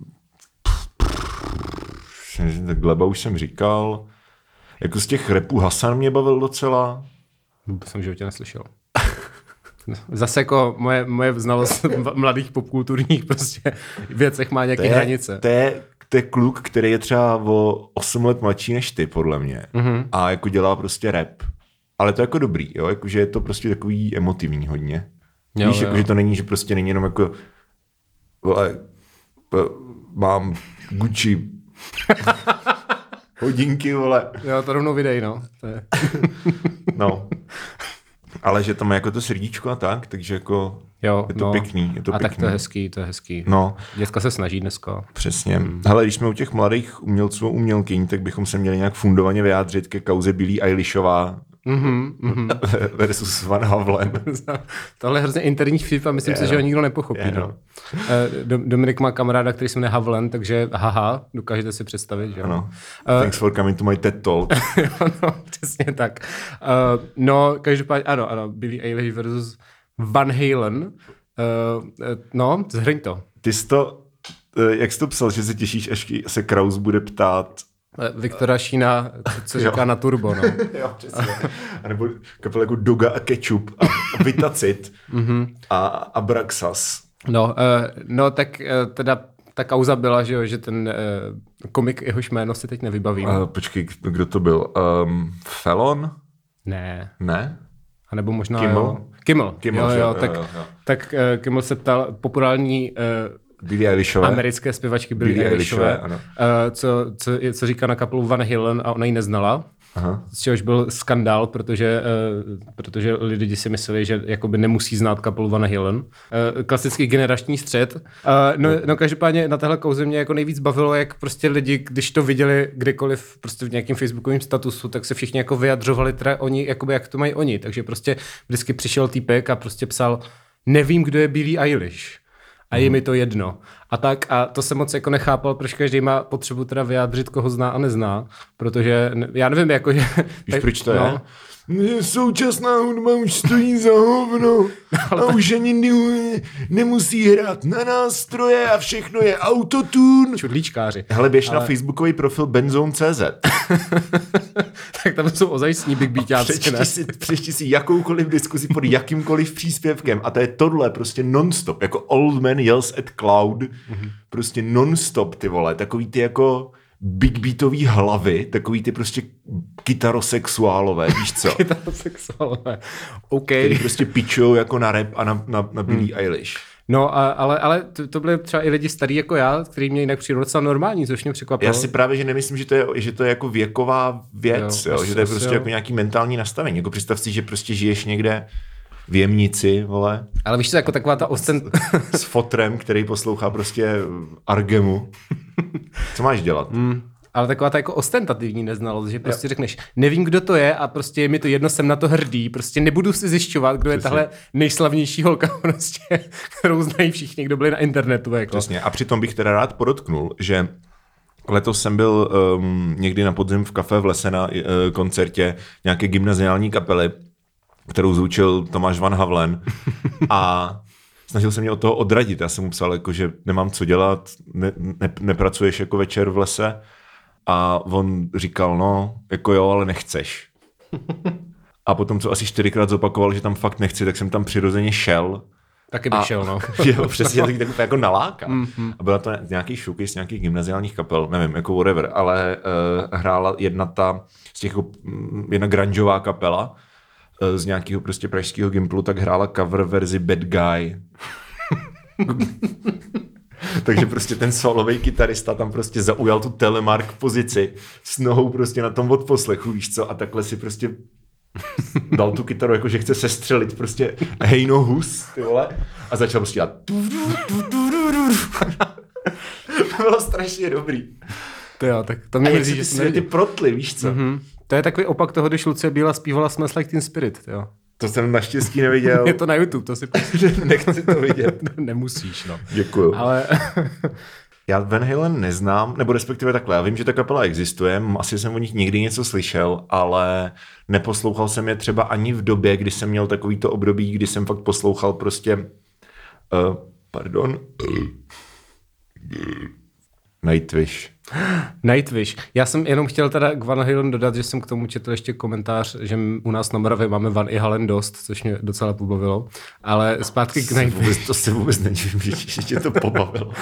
Speaker 1: tak Gleba už jsem říkal. Jako z těch rapů Hasan mě bavil docela.
Speaker 2: to jsem v životě neslyšel. Zase jako moje, moje znalost mladých popkulturních prostě věcech má nějaké
Speaker 1: To je,
Speaker 2: hranice.
Speaker 1: to, je, to je kluk, který je třeba o osm let mladší než ty, podle mě. Mm-hmm. A jako dělá prostě rap. Ale to je jako dobrý, jo? Jako, že je to prostě takový emotivní hodně.
Speaker 2: Jo,
Speaker 1: Víš,
Speaker 2: jo.
Speaker 1: jako, že to není, že prostě není jenom jako vole, p- mám Gucci hodinky, vole.
Speaker 2: Jo, to rovnou vydej, no. To je...
Speaker 1: No. Ale že tam má jako to srdíčko a tak, takže jako
Speaker 2: Jo,
Speaker 1: je to
Speaker 2: no.
Speaker 1: pěkný. Je to
Speaker 2: A
Speaker 1: pěkný.
Speaker 2: tak to je hezký, to je hezký.
Speaker 1: No,
Speaker 2: Děcka se snaží dneska.
Speaker 1: přesně. Hmm. Hele, když jsme u těch mladých umělců a umělkyň, tak bychom se měli nějak fundovaně vyjádřit ke kauze Billie Eilishová
Speaker 2: Mhm, mhm.
Speaker 1: versus Van Havlen.
Speaker 2: Tohle je hrozně interní vtip a myslím
Speaker 1: Je,
Speaker 2: si,
Speaker 1: no.
Speaker 2: že ho nikdo nepochopí.
Speaker 1: Je,
Speaker 2: No.
Speaker 1: no.
Speaker 2: Eh, Do- Dominik má kamaráda, který se jmenuje Havlen, takže haha, dokážete si představit, že jo?
Speaker 1: Ano.
Speaker 2: Eh,
Speaker 1: Thanks for coming to my TED Talk.
Speaker 2: no, přesně tak. Uh, no, každopádně, ano, ano, Billie Eilish versus Van Halen. Uh, uh, no, zhrň to.
Speaker 1: Ty jsi to, eh, jak jsi to psal, že se těšíš, až se Kraus bude ptát.
Speaker 2: Uh, Viktora Šína, co říká
Speaker 1: Jo.
Speaker 2: na turbo, no.
Speaker 1: Jo, přesně. A nebo kapel jako Doga a Ketchup a Vitacit a Abraxas.
Speaker 2: No, uh, no tak uh, teda ta kauza byla, že, jo, že ten uh, komik, jehož jméno si teď nevybavím.
Speaker 1: Uh, počkej, kdo to byl? Um, Felon?
Speaker 2: Ne.
Speaker 1: Ne?
Speaker 2: A nebo možná...
Speaker 1: Kimmel?
Speaker 2: Jo. Kimmel.
Speaker 1: Kimmel,
Speaker 2: jo,
Speaker 1: že
Speaker 2: jo,
Speaker 1: jo,
Speaker 2: tak,
Speaker 1: jo, jo.
Speaker 2: tak uh, Kimmel se ptal populární uh,
Speaker 1: Billie Eilishové?
Speaker 2: americké zpěvačky Billie,
Speaker 1: Billie
Speaker 2: Eilishové,
Speaker 1: Eilishové, ano.
Speaker 2: uh, co, co, co říká na kapelu Van Halen a ona ji neznala.
Speaker 1: Aha.
Speaker 2: Z čehož byl skandál, protože, uh, protože lidi si mysleli, že jakoby nemusí znát kapelu Van Halen. Uh, klasický generační střet. Uh, no, no každopádně na téhle kauze mě jako nejvíc bavilo, jak prostě lidi, když to viděli kdekoliv prostě v nějakém facebookovém statusu, tak se všichni jako vyjadřovali teda oni, jakoby jak to mají oni. Takže prostě vždycky přišel týpek a prostě psal, nevím, kdo je Billie Eilish. A je mi to jedno. A tak, a to jsem moc jako nechápal, proč každý má potřebu teda vyjádřit, koho zná a nezná, protože ne- já nevím, jako, že...
Speaker 1: Víš, proč to
Speaker 2: no,
Speaker 1: je? Současná hudba už stojí za hovno a už ani ne, nemusí hrát na nástroje a všechno je autotune.
Speaker 2: čudlíčkáři.
Speaker 1: Hele, běž ale... na facebookový profil benzone tečka cé zet.
Speaker 2: Tak tam jsou ozajistní big beatáci,
Speaker 1: Přečti
Speaker 2: ne?
Speaker 1: si, přečti si jakoukoliv diskuzi pod jakýmkoliv příspěvkem a to je tohle prostě non-stop, jako Old Man Yells at Cloud, mm-hmm. prostě non-stop, ty vole, takový ty jako big beatový hlavy, takový ty prostě kytarosexuálové, víš co?
Speaker 2: Kytarosexuálové. OK.
Speaker 1: Který prostě pičujou jako na rap a na, na, na Billie hmm. Eilish.
Speaker 2: No, a, ale, ale to, to byly třeba i lidi starý jako já, který mě jinak přijde docela normální, což mě překvapilo.
Speaker 1: Já si právě, že nemyslím, že to je, že to je jako věková věc,
Speaker 2: Jo,
Speaker 1: jo,
Speaker 2: asi-
Speaker 1: že to je
Speaker 2: asi
Speaker 1: prostě
Speaker 2: jo.
Speaker 1: jako nějaký mentální nastavení. Jako představ si, že prostě žiješ někde v Jemnici, vole,
Speaker 2: Ale víš co, jako taková ta ostent...
Speaker 1: s fotrem, který poslouchá prostě Argemu. Co máš dělat?
Speaker 2: Mm. Ale taková ta jako ostentativní neznalost, že prostě jo. řekneš, nevím, kdo to je a prostě je mi to jedno, jsem na to hrdý, prostě nebudu si zjišťovat, kdo je Přesně. tahle nejslavnější holka, prostě, kterou znají všichni, kdo byli na internetu. Jako.
Speaker 1: Přesně. A přitom bych teda rád podotknul, že letos jsem byl um, někdy na podzim v kafe v Lese na uh, koncertě nějaké gymnaziální kapely, kterou zvučil Tomáš Van Havlen a snažil se mě od toho odradit. Já jsem mu psal, jako, že nemám co dělat, ne, ne, nepracuješ jako večer v lese a on říkal, no, jako jo, ale nechceš. A potom, co asi čtyřikrát zopakoval, že tam fakt nechci, tak jsem tam přirozeně šel.
Speaker 2: Taky bych a, šel, no.
Speaker 1: Jo, přesně, tak, tak jako naláká. Mm-hmm. A byla to nějaký šuky z nějakých gymnaziálních kapel, nevím, jako whatever, ale uh, hrála jedna ta, z těch jako, jedna grungeová kapela, uh, z nějakého prostě pražského gimplu, tak hrála cover verzi Bad Guy. Takže prostě ten solový kytarista tam prostě zaujal tu telemark pozici s nohou prostě na tom odposlechu, víš co, a takhle si prostě dal tu kytaru, jako že chce sestřelit prostě hejno hus, ty vole, a začal prostě dělat to bylo strašně dobrý.
Speaker 2: To jo, tak to mě mrzí, že
Speaker 1: ty, ty protly, víš co?
Speaker 2: Mm-hmm. To je takový opak toho, když Lucie Bíla zpívala Smells Like Teen Spirit, jo.
Speaker 1: To jsem naštěstí neviděl.
Speaker 2: Je to na YouTube, to si
Speaker 1: nechci to vidět.
Speaker 2: Nemusíš, no.
Speaker 1: Děkuju.
Speaker 2: Ale
Speaker 1: já Van Halen neznám, nebo respektive takhle, já vím, že ta kapela existuje, asi jsem o nich někdy něco slyšel, ale neposlouchal jsem je třeba ani v době, kdy jsem měl takovýto období, kdy jsem fakt poslouchal prostě, uh, pardon, Nightwish.
Speaker 2: Nightwish. Já jsem jenom chtěl teda k Van Halen dodat, že jsem k tomu četl ještě komentář, že u nás na Moravě máme Van i Halen dost, což mě docela pobavilo. Ale zpátky k Nightwish.
Speaker 1: To se vůbec nedivím, že, že tě to pobavilo.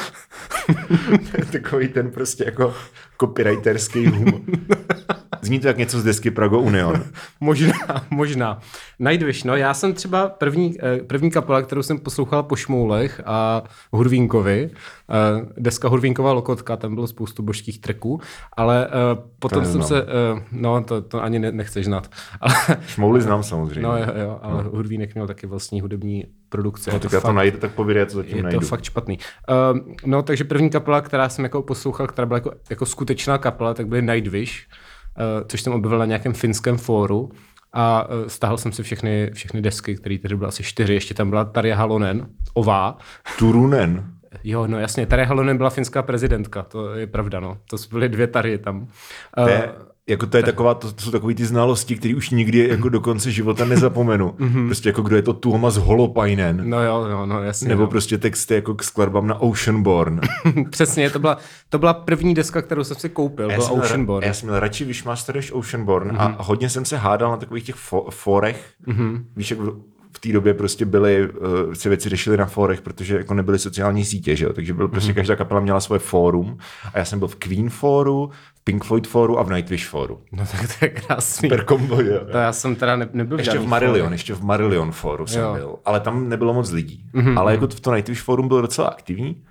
Speaker 1: Takový ten prostě jako copywriterský humor. Zní to jak něco z desky Prago Union.
Speaker 2: možná, možná. Nightwish, no já jsem třeba první, první kapela, kterou jsem poslouchal po Šmoulech a Hurvínkovi, deska Hurvínková Lokotka, tam bylo spoustu božských tracků, ale potom jsem se, no to, to ani ne, nechceš znát. Ale,
Speaker 1: Šmouly znám samozřejmě.
Speaker 2: No jo, jo, ale no. Hurvínek měl taky vlastní hudební produkce.
Speaker 1: No tak já to najdu, tak povědět, co zatím
Speaker 2: je
Speaker 1: najdu.
Speaker 2: Je to fakt špatný. Uh, no takže první kapela, která jsem jako poslouchal, která byla jako, jako skutečná kapela, tak byly Nightwish, uh, což jsem objevil na nějakém finském fóru a uh, stáhl jsem si všechny, všechny desky, které tady byly asi čtyři, ještě tam byla Tarja Halonen, ová.
Speaker 1: Turunen.
Speaker 2: Jo, no jasně, Tarja Halonen byla finská prezidentka, to je pravda, no. To byly dvě Tarje tam. Uh,
Speaker 1: to je, jako to je taková, to, to jsou takový ty znalosti, které už nikdy jako do konce života nezapomenu. Prostě jako kdo je to Tuomas Holopainen.
Speaker 2: No jo, no, no jasně.
Speaker 1: Nebo
Speaker 2: no.
Speaker 1: prostě texty jako k skladbám na Oceanborn.
Speaker 2: Přesně, to byla, to byla první deska, kterou jsem si koupil, byl Oceanborn.
Speaker 1: Já jsem měl radši Wishmaster než Oceanborn mm-hmm. a hodně jsem se hádal na takových těch fo- forech. Mm-hmm. Víš, jak v té době prostě byly, uh, se věci řešily na fórech, protože jako nebyly sociální sítě, že jo? Takže byl prostě mm-hmm. každá kapela měla svoje fórum a já jsem byl v Queen fóru, v Pink Floyd fóru a v Nightwish fóru.
Speaker 2: No tak to je krásný.
Speaker 1: Super kombo, jo.
Speaker 2: To já jsem teda ne, nebyl
Speaker 1: ještě v Marillion, fóru. ještě v Marillion fóru jsem jo. byl, ale tam nebylo moc lidí. Mm-hmm. Ale jako v to Nightwish fórum bylo docela aktivní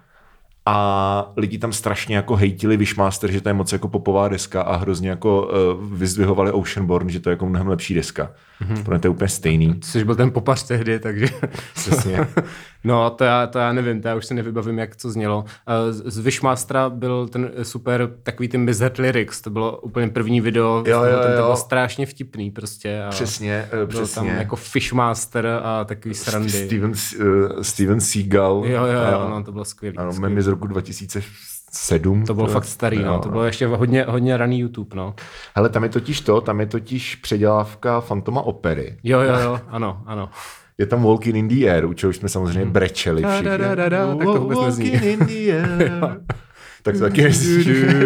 Speaker 1: a lidi tam strašně jako hejtili Wishmaster, že to je moc jako popová deska a hrozně jako uh, vyzdvihovali Oceanborn, že to je jako mnohem lepší deska. Mm-hmm. Pro mě to je úplně stejný.
Speaker 2: Jsi byl ten popař tehdy, takže...
Speaker 1: Přesně.
Speaker 2: No, to já, to já nevím, to já už si nevybavím, jak to znělo. Z Wishmastera byl ten super takový ten Bizarre Lyrics, to bylo úplně první video,
Speaker 1: jo, jo,
Speaker 2: ten
Speaker 1: jo.
Speaker 2: to bylo strašně vtipný prostě. A
Speaker 1: přesně,
Speaker 2: byl
Speaker 1: přesně.
Speaker 2: tam jako Fishmaster a takový srandy.
Speaker 1: Steven, uh, Steven Seagal.
Speaker 2: Jo, jo, jo, no, to bylo skvělý.
Speaker 1: Ano, memy z roku dva tisíce sedm.
Speaker 2: To bylo to fakt starý, no, no, to bylo ještě hodně, hodně raný YouTube, no.
Speaker 1: Hele, tam je totiž to, tam je totiž předělávka Fantoma opery.
Speaker 2: Jo, jo, jo, ano, ano.
Speaker 1: Je tam Walking in the Air, u čehož jsme samozřejmě brečeli všichni.
Speaker 2: Da, da, da, da, tak to vůbec nezní.
Speaker 1: Walking in the Air. Tak to taky nezní.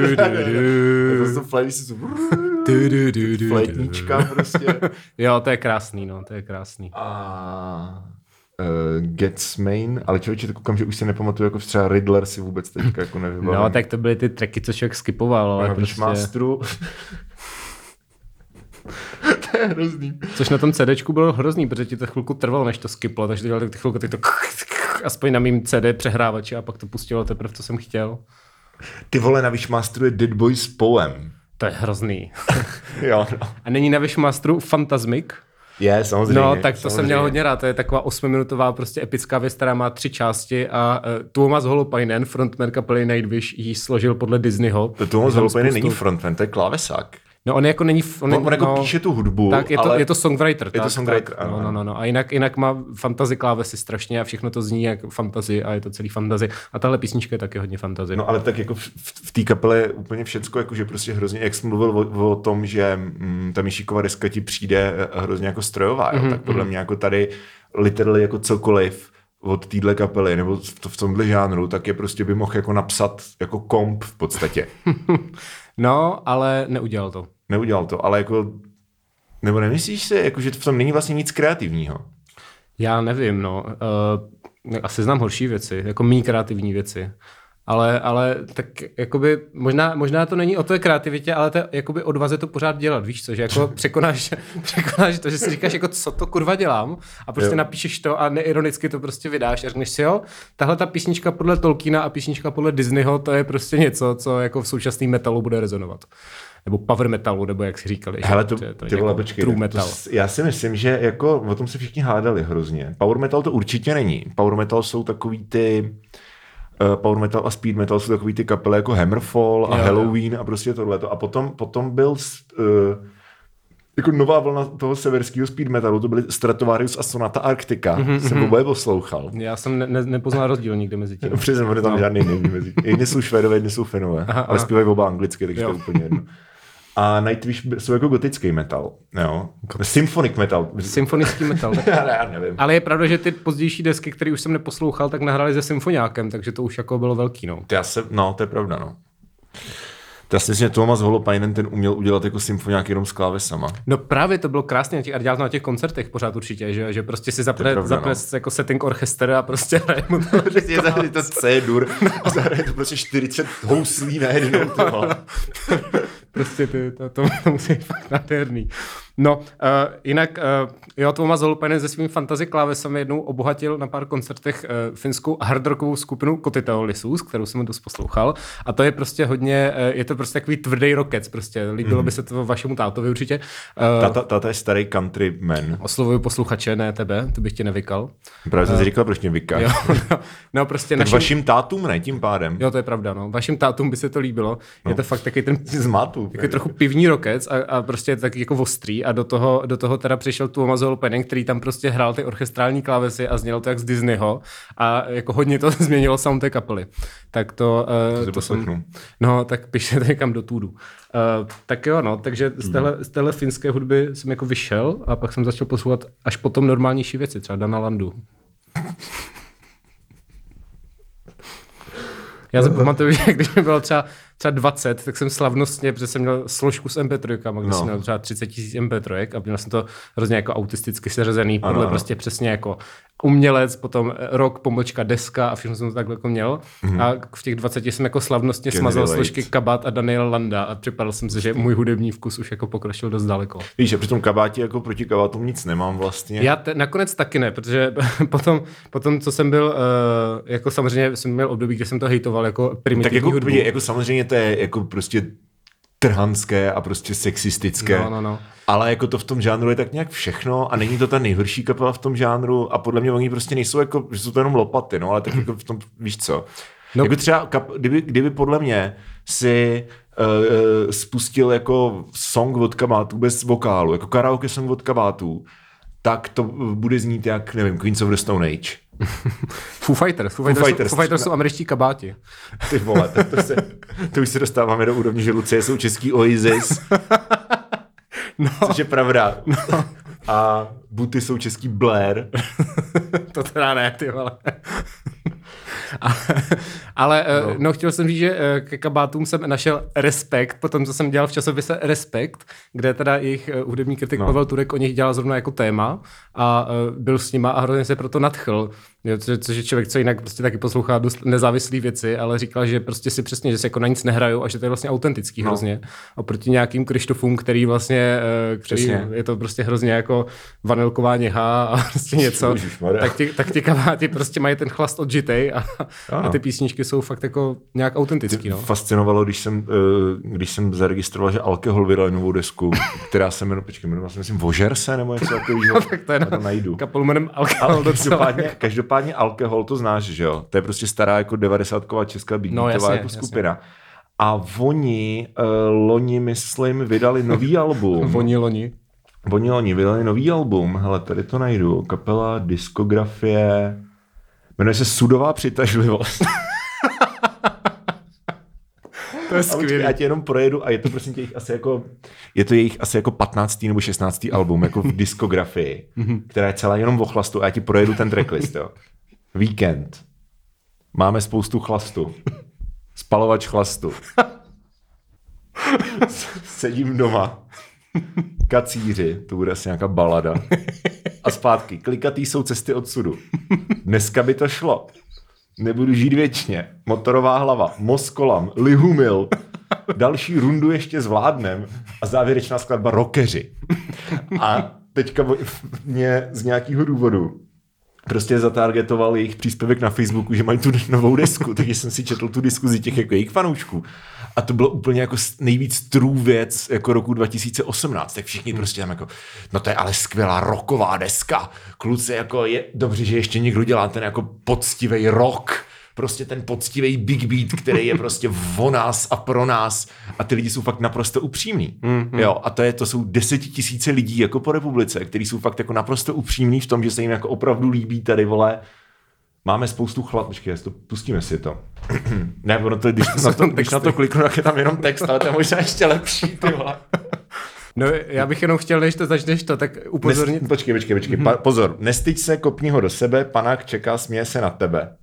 Speaker 1: To jsou flétnička prostě.
Speaker 2: Jo, to je krásný, no, to je krásný.
Speaker 1: A... Uh, Gets Main, ale člověče, to koukám, že už se nepamatuju, jako třeba Riddler si vůbec teďka jako nevybavím.
Speaker 2: No, tak to byly ty tracky, co člověk skipoval, ale
Speaker 1: no,
Speaker 2: prostě...
Speaker 1: Masteru. To je hrozný.
Speaker 2: Což na tom CDčku bylo hrozný, protože ti to chvilku trvalo, než to skiplo, takže dělali ty chvilku, tak to aspoň na mým C D přehrávači a pak to pustilo teprve, co jsem chtěl.
Speaker 1: Ty vole, na Wishmasteru je Dead Boys Poem.
Speaker 2: To je hrozný.
Speaker 1: Jo, no.
Speaker 2: A není na Wishmasteru Fantasmic?
Speaker 1: Je, samozřejmě.
Speaker 2: No, tak to
Speaker 1: samozřejmě.
Speaker 2: jsem měl hodně rád. To je taková osmiminutová prostě epická věc, která má tři části a uh, Tuomas Holopainen, frontman kapely Nightwish, ji složil podle Disneyho.
Speaker 1: To Tuomas Holopainen není frontman, to je klávesák.
Speaker 2: No on jako není... On,
Speaker 1: on, on jako
Speaker 2: no,
Speaker 1: píše tu hudbu,
Speaker 2: tak je to,
Speaker 1: ale...
Speaker 2: je to songwriter.
Speaker 1: Je
Speaker 2: tak,
Speaker 1: to songwriter,
Speaker 2: tak,
Speaker 1: ano.
Speaker 2: No, no, no, no. A jinak, jinak má fantasy klávesy strašně a všechno to zní jak fantasy a je to celý fantasy. A tahle písnička je taky hodně fantasy.
Speaker 1: No ale tak jako v, v té kapele je úplně všecko, jakože prostě hrozně, jak jsi mluvil o, o tom, že mm, ta Myšíkova deska ti přijde hrozně jako strojová, jo? Mm-hmm. Tak podle mě jako tady literally jako cokoliv od téhle kapely nebo v, v tomhle žánru, tak je prostě by mohl jako napsat jako komp v podstatě.
Speaker 2: No, ale neudělal to.
Speaker 1: Neudělal to, ale jako, nebo nemyslíš si, jako, že v tom není vlastně nic kreativního?
Speaker 2: Já nevím, no. Uh, asi znám horší věci, jako méně kreativní věci. Ale, ale tak jakoby, možná, možná to není o té kreativitě, ale to jakoby odvaze to pořád dělat, víš co, že jako překonáš, překonáš to, že si říkáš, jako co to kurva dělám a prostě jo. napíšeš to a neironicky to prostě vydáš a řekneš si, jo, tahle ta písnička podle Tolkiena a písnička podle Disneyho, to je prostě něco, co jako v současném metalu bude rezonovat. Nebo power metalu, nebo jak si říkali.
Speaker 1: Hele, to,
Speaker 2: to, to
Speaker 1: ty vole, počkej,
Speaker 2: true metal.
Speaker 1: To, já si myslím, že jako o tom se všichni hádali hrozně. Power metal to určitě není. Power metal jsou takový ty... Uh, power metal a speed metal jsou takový ty kapely jako Hammerfall a jo, Halloween jo. a prostě tohleto. A potom, potom byl uh, jako nová vlna toho severského speed metalu, to byly Stratovarius a Sonata Arctica. Mm-hmm. Jsem oboje poslouchal.
Speaker 2: Já jsem ne, ne, nepoznal rozdíl nikde mezi tím.
Speaker 1: Přesně, on je tam no. žádný není mezi. Jedni jsou Švédové, jedni jsou Finové, aha, ale aha. zpívají oba anglicky, takže jo. to je úplně jedno. A Nightwish jsou jako gotický metal, jo. Symphonic metal.
Speaker 2: Symfonický metal. Tak...
Speaker 1: já nevím.
Speaker 2: Ale je pravda, že ty pozdější desky, které už jsem neposlouchal, tak nahrali se symfoniákem, takže to už jako bylo velký, no.
Speaker 1: To já se, no, to je pravda, no. To já si myslím, že Tuomas Holopainen ten uměl udělat jako symfoniák jenom s klávesama.
Speaker 2: No právě to bylo krásné a dělal to na těch koncertech pořád určitě, že, že prostě si zapne, pravda, zapne no. jako setting orchester a prostě hraje mu to.
Speaker 1: Přesně zahraje to C-dur a zahraje to prostě čtyřicet houslí najednou.
Speaker 2: Prostě ty, to, to, to musí být fakt nádherný. No, uh, jinak, uh, jo, Tuomas Holopainen se svým fantasy klávesami jednou obohatil na pár koncertech uh, finskou hardrockovou skupinu Kotiteollisuus, kterou jsem dost poslouchal. A to je prostě hodně, uh, je to prostě takový tvrdý rockec, prostě. Líbilo mm. by se to vašemu tátovi určitě. Uh,
Speaker 1: Tata, tata je starý countryman.
Speaker 2: Oslovuju posluchače, ne tebe, to bych tě nevykal.
Speaker 1: Právě jsem uh, si říkal, proč mě vykáš.
Speaker 2: No, no, prostě
Speaker 1: tak našim... vašim tátům ne, tím pádem.
Speaker 2: Jo, to je pravda, no. Vašim tátům by se to líbilo. No. Je to fakt taky ten
Speaker 1: zmátu.
Speaker 2: Takový trochu pivní rockec a, a prostě taky jako ostrý a do toho, do toho teda přišel Tuomas Holopainen, který tam prostě hrál ty orchestrální klávesy a znělo to jak z Disneyho a jako hodně to změnilo sound té kapely. Tak to... Uh,
Speaker 1: to, to jsem,
Speaker 2: no, tak pište někam do Tudu. Uh, tak jo, no, takže z téhle, z téhle finské hudby jsem jako vyšel a pak jsem začal poslouchat až potom normálnější věci, třeba Dana Landu. Já si pamatuju, že když mi bylo třeba, třeba dvacet, tak jsem slavnostně, protože jsem měl složku s em pé tři, kde no. jsem měl třeba třicet tisíc em pé tři a měl jsem to hrozně jako autisticky seřazený, podle ano, prostě ano. přesně jako umělec, potom rock, pomlčka, deska a všechno jsem to takhle jako měl. Mm-hmm. A v těch dvaceti jsem jako slavnostně Can smazal relate. složky Kabát a Daniela Landa a připadal jsem si, že můj hudební vkus už jako pokročil dost daleko.
Speaker 1: Víš, že při tom Kabátě jako proti Kabátům nic nemám vlastně.
Speaker 2: Já te, nakonec taky ne, protože potom, potom co jsem byl, uh, jako samozřejmě jsem měl období, kde jsem to hejtoval jako primitivní
Speaker 1: tak jako,
Speaker 2: hudbu.
Speaker 1: jako samozřejmě to je jako prostě trhanské a prostě sexistické.
Speaker 2: No, no, no.
Speaker 1: Ale jako to v tom žánru je tak nějak všechno a není to ta nejhorší kapela v tom žánru a podle mě oni prostě nejsou jako, že jsou to jenom lopaty, no, ale tak jako v tom, víš co. No. Jako třeba, kap, kdyby, kdyby podle mě si uh, spustil jako song od Kabátů bez vokálu, jako karaoke song od Kabátů, tak to bude znít jak, nevím, Queens of the Stone Age.
Speaker 2: Foo Fighters. Foo Fighters, Foo Fighters, Foo Fighters jsou američští kabáti.
Speaker 1: Ty vole, tak to, se, to už se dostáváme do úrovně, že Lucie jsou český Oasis. No. Což je pravda. No. A Buty jsou český Blair.
Speaker 2: To teda ne, ty vole. Ale no. no, chtěl jsem říct, že ke kabátům jsem našel Respekt, potom co jsem dělal v časopise Respekt, kde teda jejich hudební kritik no. Pavel Turek o nich dělal zrovna jako téma a byl s nima a hrozně se proto nadchl. Jo, což je člověk, co jinak prostě taky poslouchá dost nezávislý věci, ale říkal, že prostě si přesně, že se jako na nic nehrajou a že to je vlastně autentický no. hrozně. Oproti nějakým Krištofům, který vlastně, který je to prostě hrozně jako vanilková něha a prostě něco, tak ti, tak ti kabáti prostě mají ten chlast odžitej a, a ty písničky jsou fakt jako nějak autentický. No.
Speaker 1: Fascinovalo, když jsem, když jsem zaregistroval, že Alkohol vydal novou desku, která se jmenuje, počkej, jmenuje se myslím Vožerse nebo něco takového.
Speaker 2: Tak to je na,
Speaker 1: to najdu.
Speaker 2: Kapelu jménem Alkohol
Speaker 1: každopádně, každopádně Alkohol to znáš, že jo? To je prostě stará jako devadesátková česká beatová
Speaker 2: no,
Speaker 1: jako skupina. Jasně. A oni uh, loni, myslím, vydali nový album.
Speaker 2: Oni loni.
Speaker 1: Oni loni vydali nový album. Hele, tady to najdu. Kapela, diskografie. Jmenuje se Sudová přitažlivost.
Speaker 2: To je skvělý.
Speaker 1: Já tě jenom projedu a je to prostě jejich asi jako, je to jejich asi jako patnáctý nebo šestnáctý album, jako v diskografii, která je celá jenom o chlastu a já ti projedu ten tracklist, jo. Víkend. Máme spoustu chlastu. Spalovač chlastu. Sedím doma. Kacíři, to bude asi nějaká balada. A zpátky. Klikatý jsou cesty odsudu. Dneska by to šlo. Nebudu žít věčně. Motorová hlava. Moskolam. Lihumil. Další rundu ještě zvládnem. A závěrečná skladba Rockeři. A teďka mě z nějakého důvodu prostě zatargetoval jejich příspěvek na Facebooku, že mají tu novou desku, takže jsem si četl tu diskuzi těch jako jejich fanoušků. A to bylo úplně jako nejvíc true věc jako roku dva tisíce osmnáct. Tak všichni prostě tam jako, no to je ale skvělá rocková deska. Kluci, jako je dobře, že ještě někdo dělá ten jako poctivý rock. Prostě ten poctivý big beat, který je prostě o nás a pro nás. A ty lidi jsou fakt naprosto upřímní. Mm-hmm. Jo, a to, je, to jsou desetitisíce lidí jako po republice, kteří jsou fakt jako naprosto upřímní v tom, že se jim jako opravdu líbí tady, vole, máme spoustu chlap... Počkej, to, pustíme si to. Ne, ono to, když, na to, když na to kliknu, tak je tam jenom text, ale to je možná ještě lepší, ty vole.
Speaker 2: No, já bych jenom chtěl, než to začneš to, tak upozornit...
Speaker 1: Nes, počkej, počkej, počkej. Mm-hmm. Pa, pozor, nestyď se, kopni ho do sebe, panák čeká, směje se na tebe.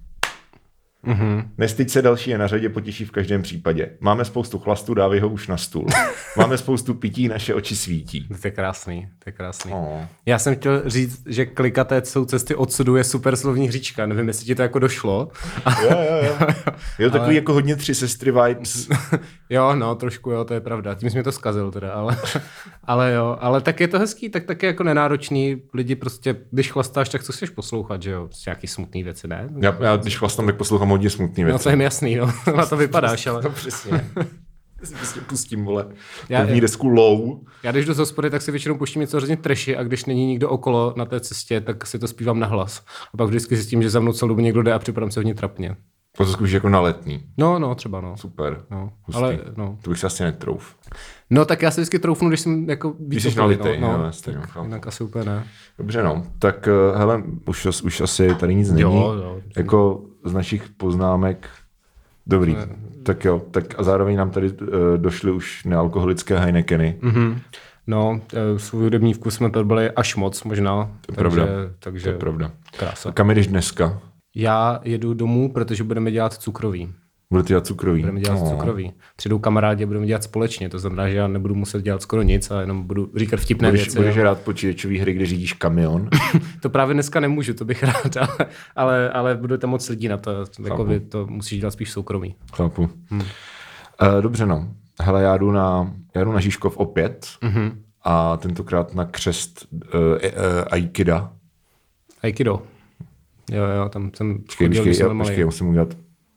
Speaker 1: Mm-hmm. Nestyď se, další je na řadě, potěší v každém případě. Máme spoustu chlastu, dávej ho už na stůl. Máme spoustu pití, naše oči svítí.
Speaker 2: To je krásný, to je krásný.
Speaker 1: Oh.
Speaker 2: Já jsem chtěl říct, že klikaté jsou cesty odsudu je super slovní hříčka. Nevím, jestli ti to jako došlo.
Speaker 1: Jo, jo, jo. Je to takový ale... jako hodně tři sestry vibes.
Speaker 2: Jo, no, trošku jo, to je pravda. Tím jsi mě to zkazil teda, ale, ale jo. Ale tak je to hezký, tak taky jako nenáročný. Lidi prostě, když chlastáš, tak co chceš poslouchat, že jo? Nějaký smutný věci, ne?
Speaker 1: Já, já když chlastám, tak poslouchám hodně smutný věci.
Speaker 2: No to je mi jasný, no. Na to vypadáš, ale...
Speaker 1: No přesně. Si prostě pustím, vole, první desku Low.
Speaker 2: Já když jdu z hospody, tak si většinou puštím něco hrozně trashy a když není nikdo okolo na té cestě, tak si to zpívám nahlas. A pak vždycky zjistím, že za mnou celou dobu někdo jde a připadám se hodně trapně.
Speaker 1: To zkoušíš jako na letní.
Speaker 2: No, no, třeba, no.
Speaker 1: Super.
Speaker 2: No, ale, no.
Speaker 1: To bych se asi netrouf.
Speaker 2: No, tak já se vždycky troufnu, když jsem jako víc
Speaker 1: jsi nalitej,
Speaker 2: no, no,
Speaker 1: no, stejně,
Speaker 2: tak jinak asi úplně ne.
Speaker 1: Dobře, no. Tak, hele, už, už asi tady nic není.
Speaker 2: Jo, jo.
Speaker 1: Jako z našich poznámek dobrý. Ne. Tak jo, tak a zároveň nám tady uh, došly už nealkoholické Heinekeny.
Speaker 2: Mm-hmm. No, svůj hudební vkus jsme podbali až moc možná.
Speaker 1: To je pravda.
Speaker 2: Takže
Speaker 1: to je pravda.
Speaker 2: Krása.
Speaker 1: A kam jdeš dneska?
Speaker 2: Já jedu domů, protože budeme dělat cukroví.
Speaker 1: Budete dělat cukroví?
Speaker 2: Budeme dělat oh. cukroví. Přijdou kamarádi a budeme dělat společně. To znamená, že já nebudu muset dělat skoro nic a jenom budu říkat vtipné
Speaker 1: budeš,
Speaker 2: věci.
Speaker 1: Budeš hrát počítačový hry, kde řídíš kamion?
Speaker 2: To právě dneska nemůžu, to bych rád, ale, ale, ale budete moc lidí na to. Jako vy to musíš dělat spíš soukromí.
Speaker 1: Chápu. Hmm. Uh, dobře, no. Hele, já jdu na, já jdu na Žižkov opět mm-hmm. a tentokrát na křest uh, uh, Aikida.
Speaker 2: Aikido. Jo, jo, tam jsem
Speaker 1: počkej,
Speaker 2: chodil,
Speaker 1: počkej, já, počkej, musím udělat.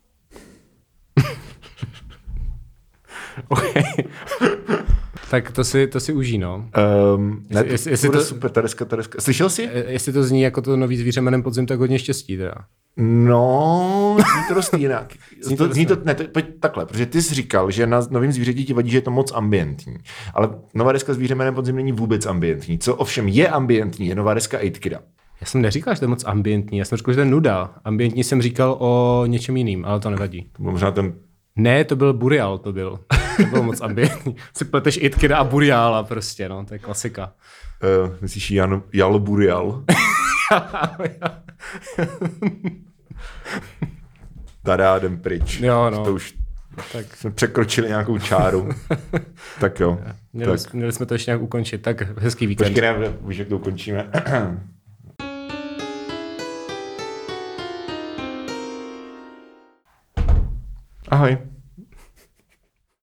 Speaker 2: Okay. Tak to si, to si uží, no.
Speaker 1: Um, ne,
Speaker 2: jestli, jestli
Speaker 1: bude
Speaker 2: to,
Speaker 1: super, ta deska, ta deska. Slyšel jsi?
Speaker 2: Jestli to zní jako to nový zvíře jménem Podzim, tak hodně štěstí teda.
Speaker 1: No, zní to dost jinak. zní to, zní to, ne, to, pojď takhle, protože ty jsi říkal, že na novém zvířeti ti vadí, že je to moc ambientní. Ale nová deska Zvíře jménem Podzim není vůbec ambientní. Co ovšem je ambientní, je nová deska Aitkida.
Speaker 2: Já jsem neříkal, že to je moc ambientní, já jsem říkal, že to je nuda. Ambientní jsem říkal o něčem jiným, ale to nevadí.
Speaker 1: To byl možná ten...
Speaker 2: Ne, to byl Burial, to byl. To bylo moc ambientní. Si pleteš Aitkida a Buriala prostě, no, to je klasika.
Speaker 1: Uh, myslíš Jan, Jal Burial? Tada, jdem pryč.
Speaker 2: Jo, no.
Speaker 1: To už tak. Jsme překročili nějakou čáru. Tak jo.
Speaker 2: Měli,
Speaker 1: tak.
Speaker 2: měli jsme to ještě nějak ukončit, tak hezký víkend.
Speaker 1: Počkej, ne, víš, jak to ukončíme. Ahoj.